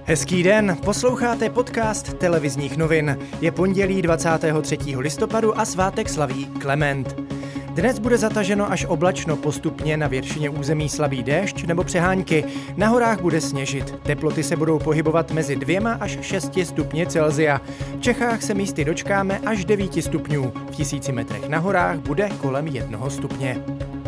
Hezký den, posloucháte podcast televizních novin. Je pondělí 23. listopadu a svátek slaví Klement. Dnes bude zataženo až oblačno, postupně na většině území slabý déšť nebo přehánky. Na horách bude sněžit. Teploty se budou pohybovat mezi 2 až 6 stupni Celsia. V Čechách se místy dočkáme až 9 stupňů. V 1000 metrech na horách bude kolem 1 stupně.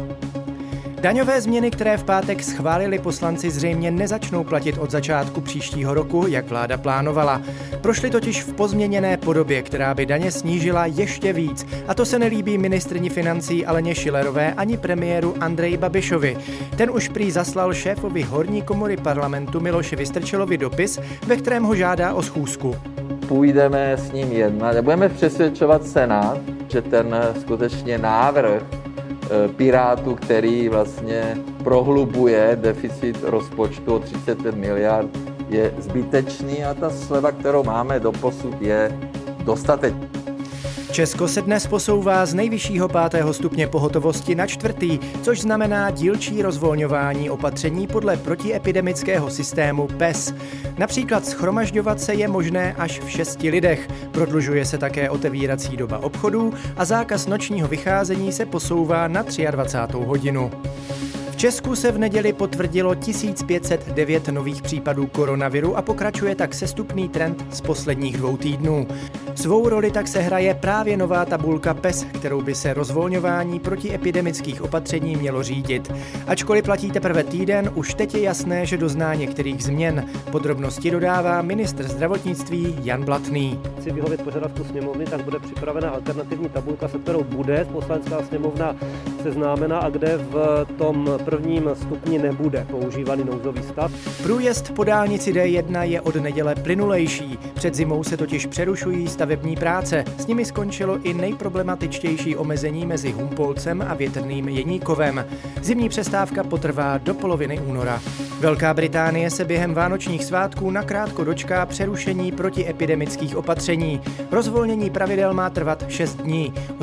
Daňové změny, které v pátek schválili poslanci, zřejmě nezačnou platit od začátku příštího roku, jak vláda plánovala. Prošly totiž v pozměněné podobě, která by daně snížila ještě víc. A to se nelíbí ministryni financí Aleně Schillerové ani premiéru Andreji Babišovi. Ten už prý zaslal šéfovi horní komory parlamentu Miloši Vystrčilovi dopis, ve kterém ho žádá o schůzku. Půjdeme s ním jednat a budeme přesvědčovat Senát, že ten skutečně návrh Pirátů, který vlastně prohlubuje deficit rozpočtu o 35 miliard, je zbytečný a ta sleva, kterou máme doposud, je dostatečná. Česko se dnes posouvá z nejvyššího 5. stupně pohotovosti na 4., což znamená dílčí rozvolňování opatření podle protiepidemického systému PES. Například shromažďovat se je možné až v 6 lidech. Prodlužuje se také otevírací doba obchodů a zákaz nočního vycházení se posouvá na 23. hodinu. V Česku se v neděli potvrdilo 1509 nových případů koronaviru a pokračuje tak sestupný trend z posledních 2 týdnů. Svou roli tak sehraje právě nová tabulka PES, kterou by se rozvolňování protiepidemických opatření mělo řídit. Ačkoliv platí teprve týden, už teď je jasné, že dozná některých změn. Podrobnosti dodává ministr zdravotnictví Jan Blatný. Chci vyhovět požadavku sněmovny, tak bude připravena alternativní tabulka, se kterou bude Poslanecká sněmovna seznámena a kde v tom prvním stupni nebude používaný nouzový stav. Průjezd po dálnici D1 je od neděle plynulejší. Před zimou se totiž přerušují stavební práce. S nimi skončilo i nejproblematičtější omezení mezi Humpolcem a Větrným Jeníkovem. Zimní přestávka potrvá do poloviny února. Velká Británie se během vánočních svátků nakrátko dočká přerušení protiepidemických opatření. Rozvolnění pravidel má trvat 6 dní, od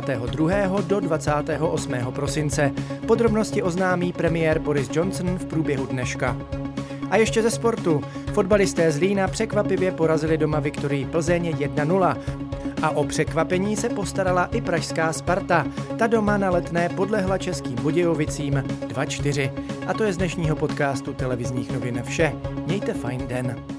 22. do 28. prosince. Podrobnosti oznámí premiér Boris Johnson v průběhu dneška. A ještě ze sportu. Fotbalisté z Lína překvapivě porazili doma Viktorii Plzeň 1-0. A o překvapení se postarala i pražská Sparta. Ta doma na Letné podlehla Českým Budějovicím 2-4. A to je z dnešního podcastu televizních novin vše. Mějte fajn den.